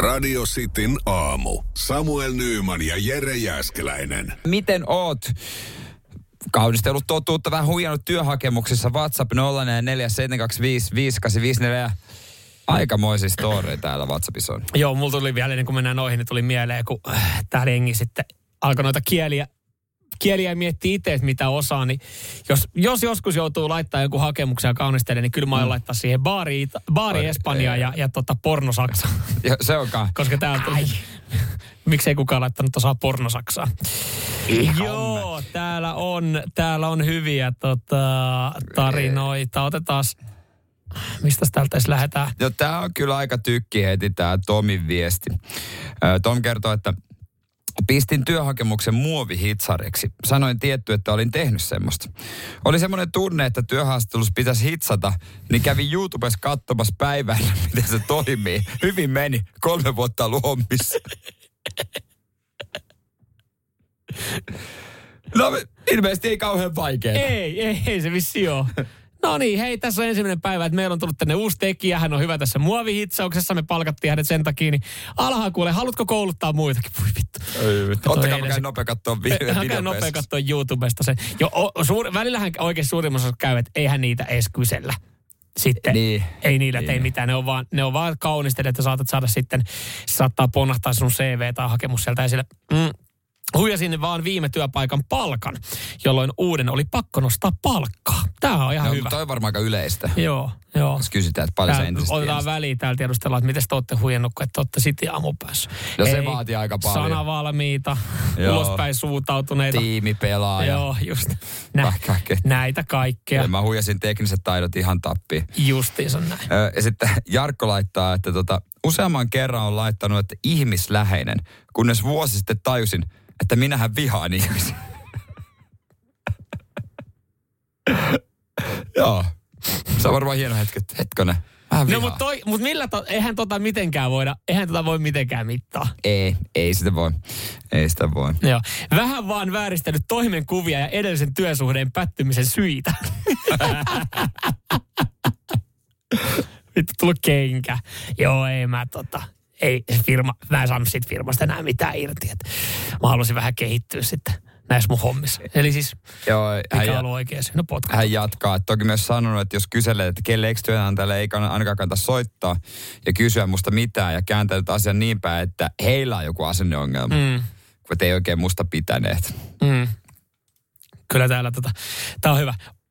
Radio Cityn aamu. Samuel Nyyman ja Jere Jääskeläinen. Miten oot kaunistellut totuutta, vähän huijannut työhakemuksissa? WhatsApp 047255854. Aikamoisia story täällä WhatsAppissa on. Joo, mulla tuli vielä ennen kuin mennään noihin, niin tuli mieleen, kun tää rengi sitten alkoi noita kieliä miettii itse, että mitä osaa, niin jos joskus joutuu laittaa joku hakemuksen ja kaunistelemaan, niin kyllä mä aion laittaa siihen baari Espanjaa ja pornosaksa. Se onkaan. Koska miksei kukaan laittanut osaa pornosaksaa. Joo, täällä on hyviä tarinoita. Otetaan, mistä täältä edes lähdetään? Joo, tää on kyllä aika tykki heti tää Tomin viesti. Tom kertoo, että pistin työhakemuksen muovihitsariksi. Sanoin tietty, että olin tehnyt semmoista. Oli semmoinen tunne, että työhaastattelussa pitäisi hitsata, niin kävin YouTubessa katsomassa päivällä, miten se toimii. Hyvin meni. 3 vuotta ollut hommissa. No ilmeisesti ei kauhean vaikeaa. Ei se vissi ole. No niin, hei, tässä on ensimmäinen päivä, että meillä on tullut tänne uusi tekijä. Hän on hyvä tässä muovihitsauksessa. Me palkattiin hänet sen takia. Niin alhaa kuule, haluatko kouluttaa muitakin? Voi vittu. Ottakaa mä käyn nopea katsoa videopesassa. Nopea katsoa YouTubesta sen. Välillähän oikein suurimmassa käy, että eihän niitä edes kysellä. Sitten niin, ei niillä tee mitään. Ne on vaan kaunistelijat, että saatat saada sitten, saattaa ponnahtaa sun CV tai hakemus sieltä esille. Huijasin vaan viime työpaikan palkan, jolloin uuden oli pakko nostaa palkkaa. Tämä on ihan hyvä. Toi on varmaan aika yleistä. Joo. Jos kysytään, että paljon se entisestä otetaan väliin täällä tiedustellaan, että miten te olette huijannut, kun ette olette City aamupäässä. No se vaatii aika paljon. Sanavalmiita, ulospäin suutautuneita. Tiimipelaaja. Joo, just. Näitä kaikkea. Mä huijasin tekniset taidot ihan tappiin. Justiinsa näin. Ja sitten Jarkko laittaa, että useamman kerran on laittanut, että ihmisläheinen, kunnes vuosi sitten tajusin, että minähän vihaan ihmisiä. Joo. Se on varmaan hieno hetkonen. No mutta eihän voi mitenkään mittaa. Ei sitä voi. Joo. Vähän vaan vääristänyt toimenkuvia ja edellisen työsuhteen pättymisen syitä. Vittu tullut kenkä. Joo, ei mä saanut siitä firmasta enää mitään irti. Että mä halusin vähän kehittyä sitten näissä mun hommissa. Eli siis, mikä on ollut oikein syy? No potkut. Hän jatkaa. Toki myös sanonut, että jos kyselee, että kelle ex-työnantajalle ei ainakaan kannata soittaa ja kysyä musta mitään ja kääntänyt asian niin päin, että heillä on joku asenneongelma. Kun ei oikein musta pitäneet. Kyllä täällä tää on hyvä.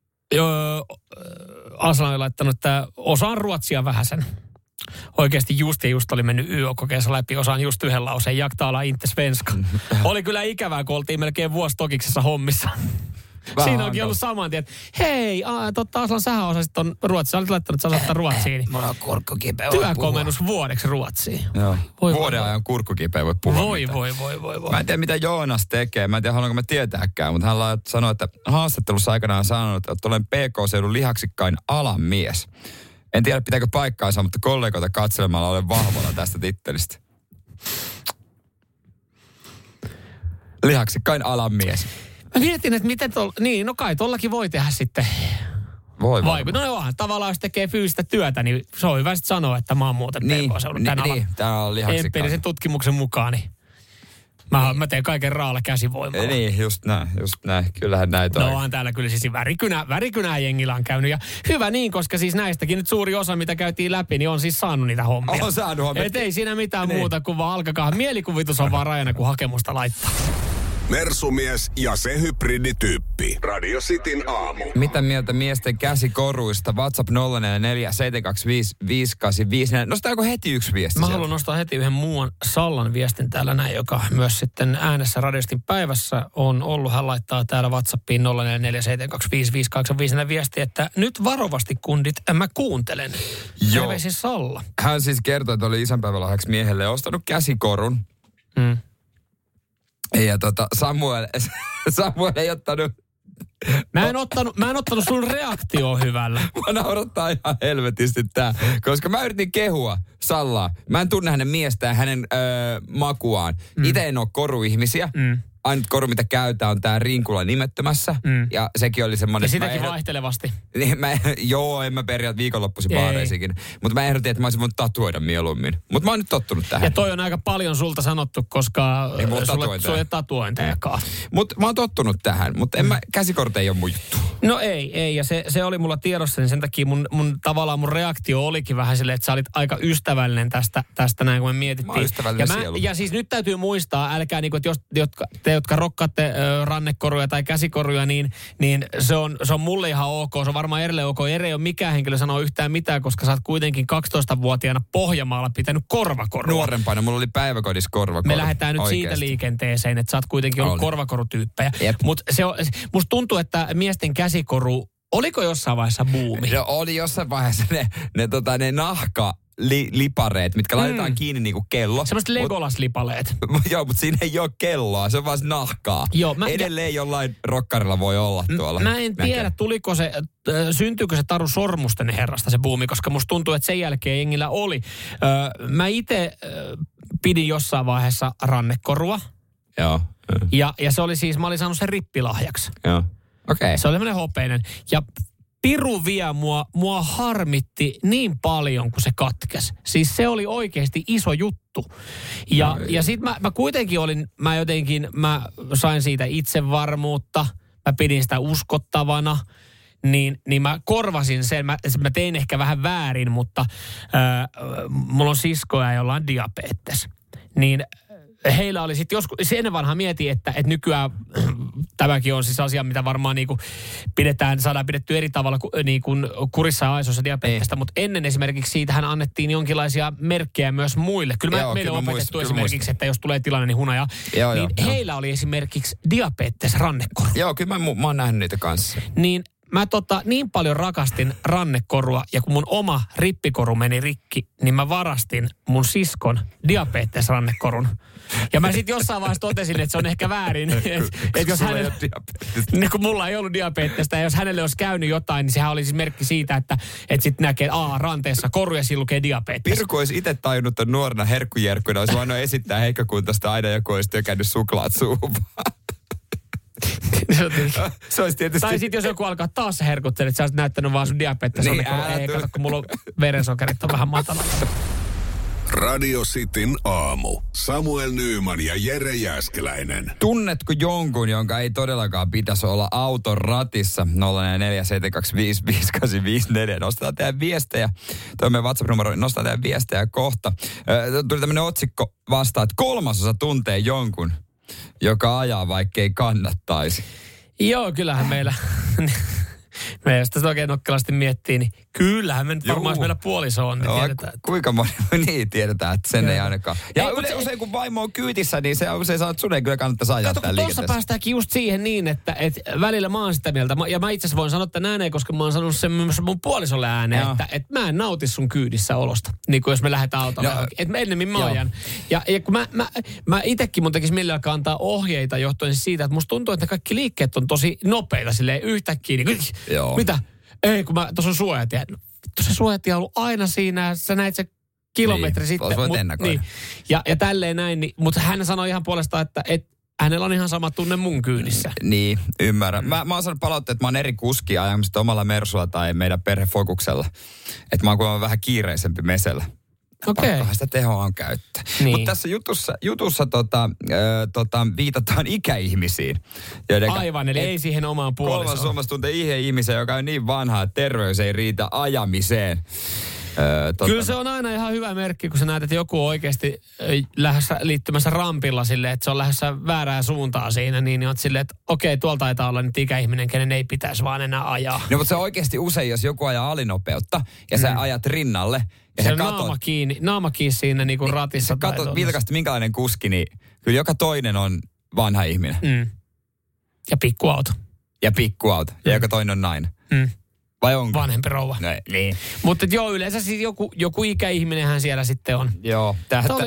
Aslan on laittanut, että osaan ruotsia vähäsen. Oikeasti just oli mennyt YÖ-kokeessa läpi, osaan just yhden lauseen, jak tala inte svenska. Oli kyllä ikävää, kun oltiin melkein vuosi tokiksessa hommissa. Siinä onkin ollut saman tien, että hei, Aslan, sähän osasit ton ruotsia. Sä olit laittanut, että sä osaat ruotsiin. Mulla on kurkkukipeä. Työkomennus vuodeksi ruotsiin. Joo. Vuoden ajan kurkkukipeä voi puhua. Voi. Mä en tiedä, mitä Joonas tekee. Mä en tiedä, haluanko mä tietääkään. Mutta hän sanoi, että haastattelussa aikanaan sanonut, että olen PK-seudun lihaksikkain alan mies. En tiedä, pitääkö paikkaansa, mutta kollegoita katselemalla olen vahvana tästä tittelistä. Lihaksikkain alan mies. Mä mietin, että miten no kai tollakin voi tehdä sitten. Voi. No onhan tavallaan, jos tekee fyysistä työtä, niin se on hyvä sitten sanoa, että mä oon muuten PK-seudun tämän alan. Tää on lihaksikkain. Empiirisen tutkimuksen mukaan, niin mä teen kaiken raalla käsivoimalla. Niin, just näin. Kyllähän näitä on. No on täällä kyllä siis värikynää jengillä on käynyt. Ja hyvä niin, koska siis näistäkin nyt suuri osa, mitä käytiin läpi, niin on siis saanut niitä hommia. On saanut hommia. Et ei siinä mitään muuta kuin vaan alkakaa. Mielikuvitus on vaan rajana, kun hakemusta laittaa. Mersumies ja se hybridityyppi. Radio Cityn aamu. Mitä mieltä miesten käsikoruista? WhatsApp 044 Nostaako heti yksi viesti? Mä haluan nostaa heti yhden muun Sallan viestin täällä näin, joka myös sitten äänessä Radiostin päivässä on ollut. Hän laittaa täällä WhatsAppiin 044 viesti, että nyt varovasti kundit, mä kuuntelen. Terveisin Salla. Hän siis kertoi, että oli isänpäivälahjaksi miehelle ostanut käsikorun. Ja Samuel ei ottanut. Mä en ottanut sun reaktioon hyvällä. Mä naurattaa ihan helvetisti tää. Koska mä yritin kehua Sallaa. Mä en tunne hänen miestään, hänen makuaan. Itse en ole koruihmisiä. ainut koru, mitä käytetään, on tää rinkula nimettömässä. Ja sekin oli semmoinen... Ja sitäkin vaihtelevasti. En mä periaat viikonloppuisin baareisikin. Mutta mä ehdotin, että mä olisin voinut tatuoida mieluummin. Mutta mä oon nyt tottunut tähän. Ja toi on aika paljon sulta sanottu, koska sulle ei tatuointejakaan. Mutta mä oon tottunut tähän. Mutta käsikorte ei ole mun juttu. No ei. Ja se oli mulla tiedossa, niin sen takia tavallaan mun reaktio olikin vähän silleen, että sä olit aika ystävällinen tästä näin, kun me mietittiin. Mä oon ystävällinen sielu. Ja siis nyt täytyy muistaa, älkää niinku, että te, jotka rokkaatte rannekoruja tai käsikoruja, niin se on mulle ihan ok. Se on varmaan Erelle ok. Ere ei ole mikään henkilö sanoa yhtään mitään, koska sä oot kuitenkin 12-vuotiaana Pohjanmaalla pitänyt korvakorua. Nuorempana, mulla oli päiväkodissa korvakoru. Me lähdetään nyt siitä liikenteeseen, että sä oot kuitenkin ollut korvakorutyyppejä. Mutta musta tuntuu, että miesten käsikoru, oliko jossain vaiheessa buumi? No oli jossain vaiheessa ne lipareet, mitkä laitetaan kiinni niinku kello. Semmoiset Legolas-lipaleet. Joo, mutta siinä ei ole kelloa, se on vaan nahkaa. Joo, edelleen jollain rokkarilla voi olla tuolla. Mä en tiedä, syntyykö se Taru Sormusten herrasta se buumi, koska musta tuntuu, että sen jälkeen jengillä oli. Mä itse pidin jossain vaiheessa rannekorua. Joo. Ja se oli siis, mä olin saanut sen rippilahjaksi. Joo. Okei. Okay. Se oli semmoinen hopeinen. Ja piru vie mua harmitti niin paljon, kun se katkesi. Siis se oli oikeasti iso juttu. Ja sit mä kuitenkin mä sain siitä itsevarmuutta. Mä pidin sitä uskottavana. Niin mä korvasin sen. Mä tein ehkä vähän väärin, mutta mulla on siskoja, jolla on diabetes. Niin heillä oli sitten joskus, ennen vanhaa mietin, että nykyään tämäkin on siis asia, mitä varmaan niinku saadaan pidettyä eri tavalla niinku kurissa ja aisoissa diabetesta, mutta ennen esimerkiksi siitähän annettiin jonkinlaisia merkkejä myös muille. Kyllä meille on opetettu esimerkiksi, että jos tulee tilanne, niin hunaja. Heillä oli esimerkiksi diabetes-rannekoru. Joo, kyllä mä oon nähnyt niitä kanssa. Niin mä niin paljon rakastin rannekorua, ja kun mun oma rippikoru meni rikki, niin mä varastin mun siskon diabetes-rannekorun. Ja mä sitten jossain vaiheessa totesin, että se on ehkä väärin. Että jos hänellä, niin kun mulla ei ollut diabetesta, ja jos hänelle olisi käynyt jotain, niin sehän oli siis merkki siitä, että sitten näkee, että ranteessa koru ja siinä lukee diabetes. Pirku olisi itse tajunnut ton nuorena herkkujärkkyinä, olisi voinut esittää heikkokuntaista aina joku olisi tökännyt suklaat suuhun. Se olisi tietysti... Tai sitten jos joku alkaa taas herkuttelemaan, että sä olisit näyttänyt vaan sun diabetes. Niin, ei, kato, kun mulla verensokerit on vähän matalalla. Radio Cityn aamu. Samuel Nyyman ja Jere Jääskeläinen. Tunnetko jonkun, jonka ei todellakaan pitäisi olla auton ratissa? 047255854. Nostetaan teidän viestejä. Toi on meidän WhatsApp-numero. Nostetaan teidän viestejä kohta. Tuli tämmöinen otsikko vastaan, että 3/3 tuntee jonkun, joka ajaa, vaikkei kannattaisi. Joo, kyllähän meillä... Me jos tästä oikein nokkelasti miettii, niin kyllähän me nyt varmaan, jos meillä puoliso on, niin tiedetään. Kuinka moni niin tiedetään, että sen ei ainakaan. Ja usein kun vaimo on kyytissä, niin se usein sanoo, että sun ei kyllä kannattaisi ajaa täällä liikenteessä. Tuossa päästäänkin just siihen niin, että välillä mä oon sitä mieltä. Ja mä itse asiassa voin sanoa, että näin ei, koska mä oon sanonut sen myös mun puolisolle ääneen, että mä en nauti sun kyydissä olosta. Niin kuin jos me lähdetään autolla. Että ennemmin mä ajan. Ja kun mä itekin mun tekisi millään kantaa ohjeita johtuen siitä, että musta tuntuu, että kaikki liikkeet on tosi nopeita silleen yhtäkkiä. Niin, mitä? Ei, kun tuossa on suojatie. Se suojatie on ollut aina siinä, sä näit se kilometri niin, sitten. Niin. Ja tälleen näin, niin, mutta hän sanoi ihan puolestaan, että hänellä on ihan sama tunne mun kyydissä. Niin, ymmärrän. Mä oon saanut palautteet, että mä oon eri kuski ajamista omalla Mersulla tai meidän perhefokuksella. Että mä oon vähän kiireisempi mesellä. Okei. Pakkohan sitä tehoa on käyttää. Niin. Mutta tässä jutussa viitataan ikäihmisiin. Aivan, eli ei siihen omaan puolisoon. 3/3 tuntee ihmisen, joka on niin vanha, että terveys ei riitä ajamiseen. Kyllä se on aina ihan hyvä merkki, kun sä näet, että joku on oikeasti lähdössä liittymässä rampilla silleen, että se on lähdössä väärää suuntaa siinä, niin oot silleen, että okei, tuolta taitaa olla nyt ikäihminen, kenen ei pitäisi vaan enää ajaa. No, mutta se oikeasti usein, jos joku ajaa alinopeutta ja sä ajat rinnalle, ja se naama kiinni siinä niinku ratissa. Sä katot vilkasti minkälainen kuski, niin kyllä joka toinen on vanha ihminen. Ja pikkuauto. Ja joka toinen on nainen. Vai onko? Vanhempi rouva. No, niin. Mutta joo, yleensä siis joku ikäihminenhän siellä sitten on. Joo.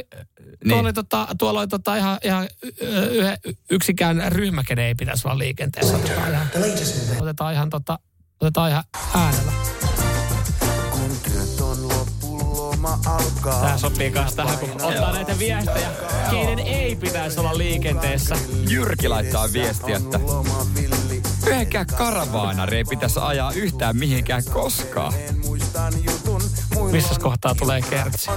Tuolla oli ihan yksikään ryhmä, kenen ei pitäisi olla liikenteessä. Otetaan ihan äänellä. Kun työt on loppu, loma Tää sopii kanssa tähän, kun ottaa näitä viestejä. Keiden ei pitäisi olla liikenteessä. Jyrki laittaa viestiä, että yhdenkään karavaanari ei pitäisi ajaa yhtään mihinkään koskaan. Missä kohtaa tulee kertsi?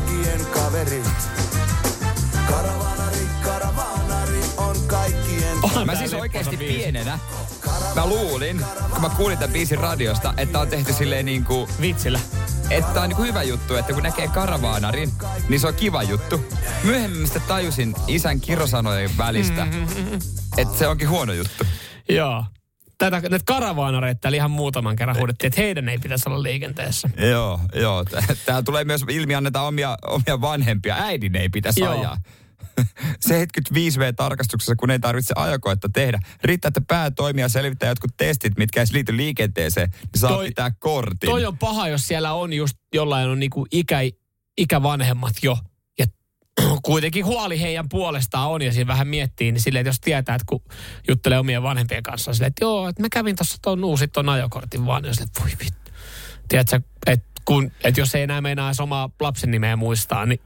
Mä siis oikeesti pienenä, mä luulin, kun mä kuulin tämän biisin radiosta, että on tehty silleen niinku... Vitsillä. Että on niinku hyvä juttu, että kun näkee karavaanarin, niin se on kiva juttu. Myöhemmin mä tajusin isän kirosanojen välistä, että se onkin huono juttu. Joo. Näitä karavaanareita täällä ihan muutaman kerran huudettiin, että heidän ei pitäisi olla liikenteessä. Joo. Täällä tulee myös ilmi, annetaan omia vanhempia. Äidin ei pitäisi ajaa. 75V-tarkastuksessa, kun ei tarvitse ajokoetta tehdä. Riittää, että pää toimii ja selvittää jotkut testit, mitkä ei liity liikenteeseen, niin saa pitää kortin. Toi on paha, jos siellä on just jollain on niinku ikävanhemmat jo. Ja kuitenkin huoli heidän puolestaan on ja siinä vähän miettii, niin silleen, että jos tietää, että kun juttelee omien vanhempien kanssa, silleen, että joo, että mä kävin tuossa uusit ton ajokortin vaan, ja silleen, että voi vittu. Tiedätkö, että jos ei enää meinaa edes omaa lapsen nimeä muistaa, niin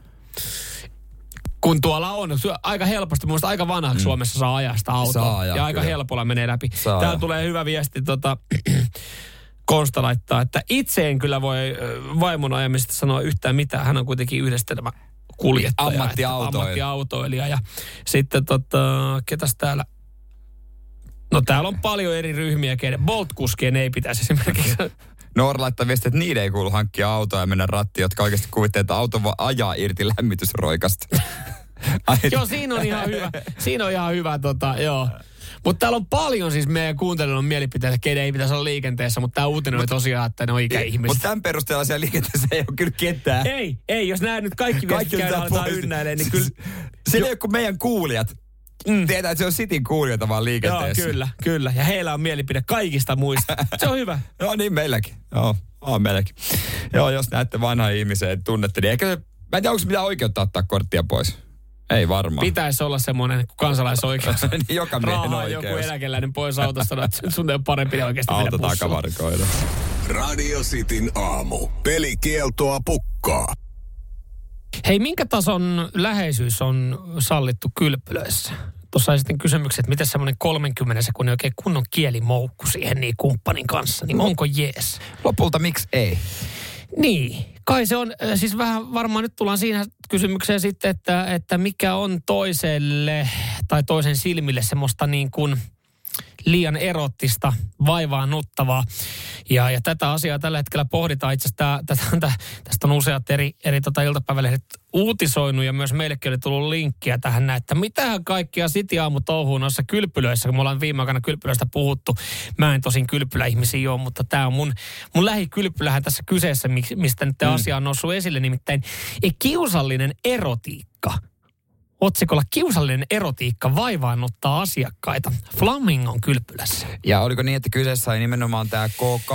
kun tuolla on aika helposti, muista aika vanhaksi Suomessa saa ajaa sitä autoa. Ja aika helpolla menee läpi. Täällä tulee hyvä viesti, Konsta laittaa, että itse en kyllä voi vaimon ajamisesta sanoa yhtään mitään. Hän on kuitenkin yhdistelmäkuljettaja. Ammattiautoilija. Ja sitten ketäs täällä? No täällä on paljon eri ryhmiä, keiden Bolt-kuskien ei pitäisi esimerkiksi. Noora laittaa viestiä, että niiden ei kuulu hankkia autoa ja mennä rattiin, jotka oikeasti kuvittelee, että auto vaan ajaa irti lämmitysroikasta. Joo, siinä on ihan hyvä. Siinä on ihan hyvä, joo. Mutta täällä on paljon siis meidän kuuntelijoiden mielipiteitä, keiden ei pitäisi olla liikenteessä, mutta tämä uutinen oli tosiaan, että ne on ikäihmiset. Mutta tämän perusteella siellä liikenteessä ei ole kyllä ketään. Ei, jos nämä nyt kaikki viestit käydään aletaan ynnäilemään, niin kyllä... Se ei ole kuin meidän kuulijat. Tietää, että se on Cityn kuulijoita vaan liikenteessä. Joo, kyllä. Ja heillä on mielipide kaikista muista. Se on hyvä. Joo, niin meilläkin. Joo, on meilläkin. Joo, jos näette vanhaa ihmisen, että tunnette, niin ehkä mä en tiedä, onko se mitään oikeutta ottaa korttia pois. Ei varmaan. Pitäisi olla semmoinen kansalaisoikeus. Niin joka miehen oikeus. Joku eläkeläinen pois autosta, että sun ei ole parempi oikeasti mennä bussilla. Auto takavarikoida. Radio Cityn aamu. Pelikieltoa pukkaa. Hei, minkä tason läheisyys on sallittu kylpylöissä? Tuossa sitten kysymykset, että miten semmoinen 30 sekunnin oikein kunnon kielimoukku siihen niin kumppanin kanssa, niin onko jees? Lopulta miksi ei? Niin, kai se on, siis vähän varmaan nyt tullaan siinä kysymykseen sitten, että mikä on toiselle tai toisen silmille semmoista niin kuin liian erottista, vaivaannuttavaa. Ja tätä asiaa tällä hetkellä pohditaan. Itse asiassa tästä on useat eri iltapäivälehdet uutisoinut ja myös meillekin oli tullut linkkiä tähän, että mitähän kaikkia City aamu touhuu noissa kylpylöissä, kun me ollaan viime aikana kylpylöistä puhuttu. Mä en tosin kylpyläihmisiä ole, mutta tämä on mun lähikylpylähän tässä kyseessä, mistä nyt asia on noussut esille, nimittäin kiusallinen erotiikka. Otsikolla kiusallinen erotiikka vaivaannuttaa asiakkaita Flamingon kylpylässä. Ja oliko niin, että kyseessä oli nimenomaan tämä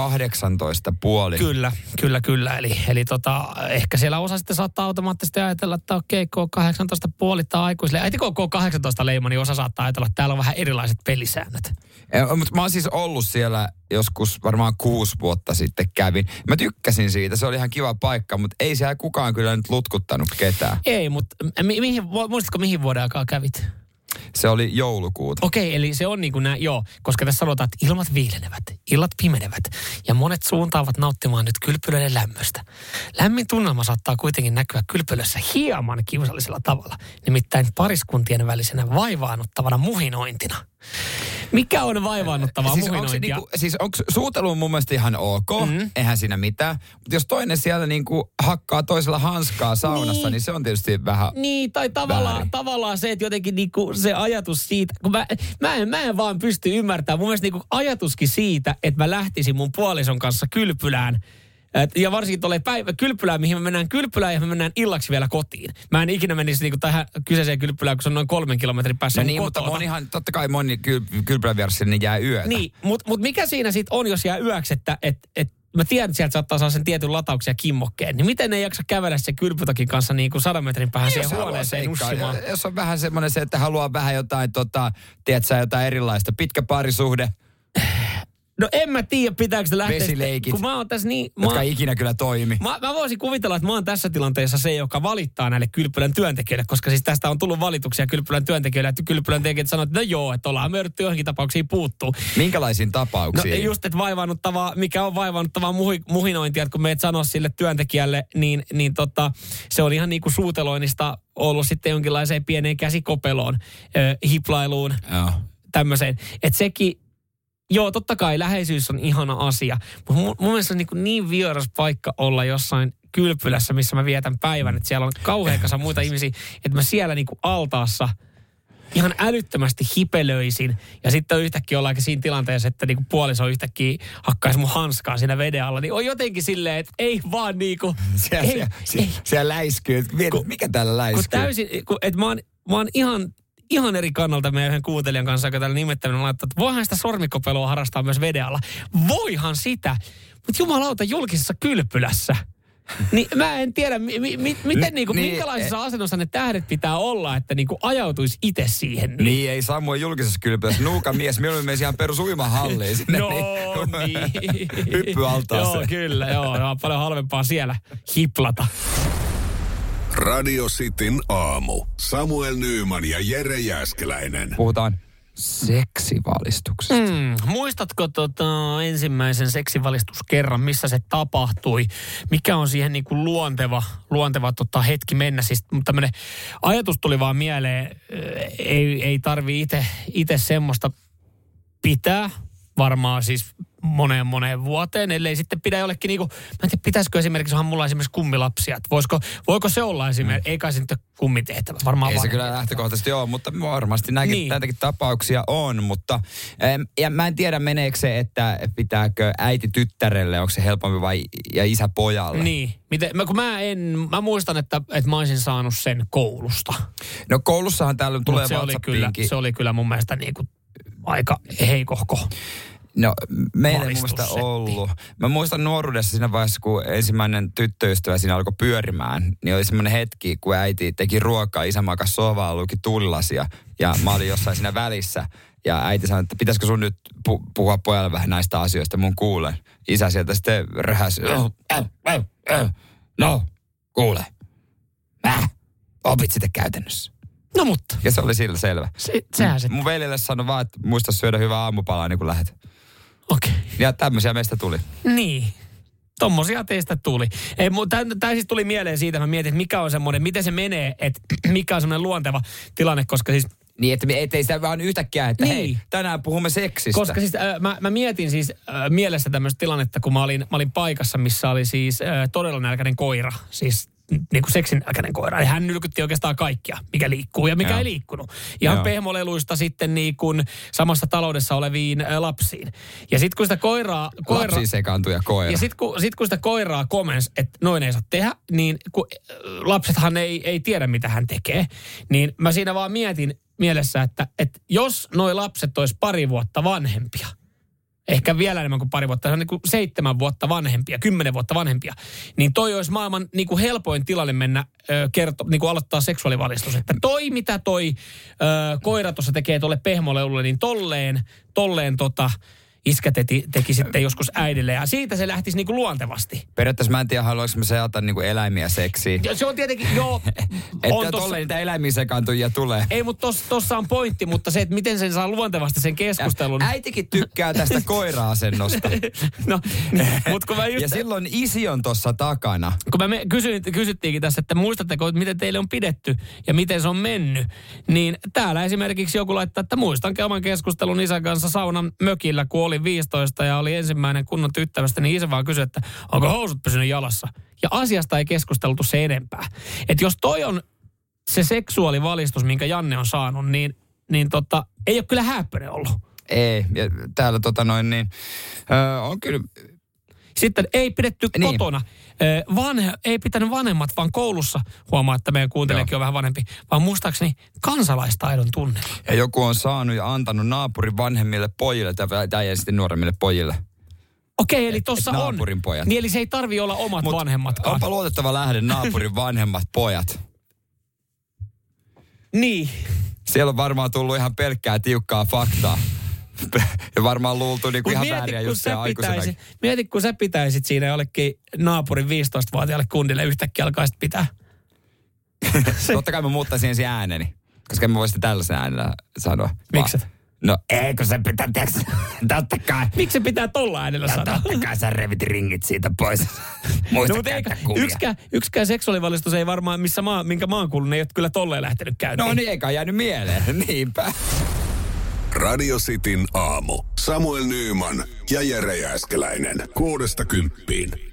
K18 puoli? Kyllä. Eli ehkä siellä osa sitten saattaa automaattisesti ajatella, että okei, K18 puoli tai aikuisille. Äiti K18 leima, niin osa saattaa ajatella, että täällä on vähän erilaiset pelisäännöt. Mutta mä oon siis ollut siellä joskus varmaan 6 vuotta sitten kävin. Mä tykkäsin siitä, se oli ihan kiva paikka, mutta ei siellä kukaan kyllä nyt lutkuttanut ketään. Ei, mutta muistatko mihin vuoden aikaa kävit? Se oli joulukuuta. Okei, eli se on niin kuin koska tässä sanotaan, että ilmat viilenevät, illat pimenevät ja monet suuntaavat nauttimaan nyt kylpylöiden lämmöstä. Lämmin tunnelma saattaa kuitenkin näkyä kylpylössä hieman kiusallisella tavalla, nimittäin pariskuntien välisenä vaivaannuttavana muhinointina. Mikä on vaivaannuttavaa muhinointia? Onko suutelu mun mielestä ihan ok, eihän siinä mitään. Mutta jos toinen siellä niinku hakkaa toisella hanskaa saunassa, niin se on tietysti vähän niin, tai tavallaan se, että jotenkin niinku se ajatus siitä, kun mä en vaan pysty ymmärtämään. Mun mielestä niinku ajatuskin siitä, että mä lähtisin mun puolison kanssa kylpylään, ja varsinkin tuolle kylpylään, mihin me mennään kylpylään ja me mennään illaksi vielä kotiin. Mä en ikinä menisi niinku tähän kyseiseen kylpylään, kun se on noin 3 kilometrin päässä niin, mutta totta kai moni kylpylän vieressä niin jää yötä. Niin, mutta mikä siinä sitten on, jos jää yöksi, että mä tiedän, että sieltä saattaa saada sen tietyn latauksen ja kimmokkeen. Niin miten ei jaksa kävellä sen kylpytakin kanssa niin kuin 100 metrin päähän siihen huoneeseen ussimaan? Jos on vähän semmoinen se, että haluaa vähän jotain, tiedätkö, jotain erilaista. Pitkä parisuhde. No en mä tiedä, pitääkö se lähteä. Vesileikit, kun mä oon tässä niin... jotka ikinä kyllä toimi. Mä voisin kuvitella, että mä oon tässä tilanteessa se, joka valittaa näille Kylpylän työntekijöille, koska siis tästä on tullut valituksia Kylpylän työntekijöille, että Kylpylän työntekijät sanoo, että no joo, että ollaan me jouduttu johonkin tapauksiin puuttuu. Minkälaisiin tapauksiin? No just, että mikä on vaivannuttavaa muhinointia, että kun meet sanoa sille työntekijälle, niin se on ihan niin kuin suuteloinnista ollut sitten jonkinlaiseen pieneen käsikopeloon, hiplailuun, tämmöiseen. Että sekin, joo, totta kai läheisyys on ihana asia, mutta mun mielestä on niin vieras paikka olla jossain Kylpylässä, missä mä vietän päivän, että siellä on kauhean kasa muita ihmisiä, että mä siellä niin kuin altaassa ihan älyttömästi hipelöisin. Ja sitten yhtäkkiä ollaankin siinä tilanteessa, että niinku puoliso yhtäkkiä hakkaisi mun hanskaa siinä veden alla. Niin on jotenkin silleen, että ei vaan niinku... Siellä läiskyy. Mikä täällä läiskyy? Kun täysin, että mä oon ihan eri kannalta meidän yhden kuuntelijan kanssa, joka täällä nimettäminen laittaa, että voihan sitä sormikopelua harrastaa myös veden alla. Voihan sitä, mutta jumalauta julkisessa Kylpylässä. Niin mä en tiedä, minkälaisessa asennossa ne tähdet pitää olla, että niinku ajautuisi itse siihen. Niin, ei Samuel julkisessa Kylpylässä. Nuuka mies, mieluummin menisi ihan perus uimahalliin sinne. No niin. Hyppyaltaaseen. Joo, kyllä. Joo, on paljon halvempaa siellä hiplata. Radio Cityn aamu. Samuel Nyyman ja Jere Jääskeläinen. Puhutaan seksivalistuksesta. Muistatko ensimmäisen seksivalistuskerran, missä se tapahtui? Mikä on siihen niin kuin luonteva hetki mennä? Siis tämmöinen ajatus tuli vaan mieleen, ei tarvi itse semmoista pitää. Varmaan siis moneen vuoteen, ellei sitten pidä jollekin niinku, mä en tiedä, pitäisikö esimerkiksi, onhan mulla esimerkiksi kummilapsia, että voiko se olla esimerkiksi, ei kai se nyt kummitehtävä, varmaan. Ei se kyllä lähtökohtaisesti ole, mutta varmasti näitäkin tapauksia on, mutta ja mä en tiedä meneekö se, että pitääkö äiti tyttärelle, onko se helpompi vai ja isä pojalle. Niin, mä muistan, että mä olisin saanut sen koulusta. No koulussahan täällä tulee WhatsAppiinkin. Se oli kyllä mun mielestä niinku aika heikohko. No, meillä ei mun mielestä ollut. Mä muistan nuoruudessa siinä vaiheessa, kun ensimmäinen tyttöystävä siinä alkoi pyörimään, niin oli semmoinen hetki, kun äiti teki ruokaa, isä makasi sohvaa, luki tulilasia ja mä olin jossain siinä välissä. Ja äiti sanoi, että pitäisikö sun nyt puhua pojalle vähän näistä asioista, mun kuulen. Isä sieltä sitten röhäsi. No, kuule. Opit sitten käytännössä. No mutta. Ja se oli sillä selvä. Sehän se. Mun veljelle sanoi vaan, että muista syödä hyvää aamupalaa niin kun lähdet. Okei. Ja tämmöisiä meistä tuli. Niin. Tommosia teistä tuli. Tämä siis tuli mieleen siitä, mä mietin, että mikä on semmoinen, miten se menee, että mikä on semmoinen luonteva tilanne, koska siis... Niin, että ettei sitä vaan yhtäkkiä, että hei, tänään puhumme seksistä. Koska siis mä mietin siis mielessä tämmöistä tilannetta, kun mä olin paikassa, missä oli siis todella nälkäinen koira. Siis niin kuin seksin nälkäinen koira. Ja hän nylkytti oikeastaan kaikkia, mikä liikkuu ja mikä ei liikkunut. Ihan pehmoleluista sitten niin kuin samassa taloudessa oleviin lapsiin. Ja sitten kun sitä koiraa... Lapsiin sekaantui ja koira. Ja sitten kun sitä koiraa komensi, että noin ei saa tehdä, niin kun lapsethan ei tiedä, mitä hän tekee. Niin mä siinä vaan mietin mielessä, että jos noi lapset olisi 2 vuotta vanhempia, ehkä vielä enemmän kuin 2 vuotta, se on niin kuin 7 vuotta vanhempia, 10 vuotta vanhempia, niin toi olisi maailman niin kuin helpoin tilanne mennä niin kuin aloittaa seksuaalivalistus. Että mitä toi koira tuossa tekee tuolle pehmoleulle, niin tolleen iskä teki sitten joskus äidille, ja siitä se lähtisi niinku luontevasti. Periaatteessa mä en tiedä, haluaisi mä seata niinku eläimiä seksiin. Se on tietenkin, joo. Että tolleen niitä eläimiä sekaantujia tulee. Ei, mutta tossa on pointti, mutta se, että miten sen saa luontevasti sen keskustelun. Äitikin tykkää tästä koira-asennosta. No, mutta kun mä just... Ja silloin isi on tossa takana. Kun me kysyttiinkin tässä, että muistatteko, miten teille on pidetty ja miten se on mennyt, niin täällä esimerkiksi joku laittaa, että muistan oman keskustelun isän kanssa saunan mökillä, kun oli 15 ja oli ensimmäinen kunnon tyttävästä, niin isä vaan kysyi, että onko housut pysynyt jalassa. Ja asiasta ei keskusteltu se enempää. Että jos toi on se seksuaalivalistus, minkä Janne on saanut, niin ei ole kyllä häppöinen ollut. Ei, ja täällä on kyllä... Sitten ei pidetty kotona. Ei pitänyt vanhemmat, vaan koulussa, huomaa, että meidän kuuntelijakin on vähän vanhempi, vaan muistaakseni kansalaistaidon tunne. Ja joku on saanut ja antanut naapurin vanhemmille pojille tai sitten nuoremmille pojille. Okei, eli tossa on. Naapurin pojat. Niin, eli se ei tarvitse olla omat vanhemmatkaan. Onpa luotettava lähde naapurin vanhemmat pojat. Niin. Siellä on varmaan tullut ihan pelkkää tiukkaa faktaa. Ja varmaan luultu niinku ihan vääriä juttuja aikuisenakin. Mieti, kun sä pitäisit siinä jollekin naapurin 15-vuotiaalle kundille yhtäkkiä alkaisit pitää. Totta kai mä muuttaisin ensin ääneni, koska en mä voi sitä tällaisen äänellä sanoa. Mikset? No eikö se pitää, tiiäks, totta kai. Miksi se pitää tolla äänellä sanoa? Totta kai sä revit ringit siitä pois. Muista käyttää kuvia. Yksikään seksuaalivalistus ei varmaan, minkä maan kuulun, ei ole kyllä tolleen lähtenyt käyntiin. No niin, eikä jäänyt mieleen. Niinpä. Radio Cityn aamu. Samuel Nyyman ja Jere Jääskeläinen. 6–10.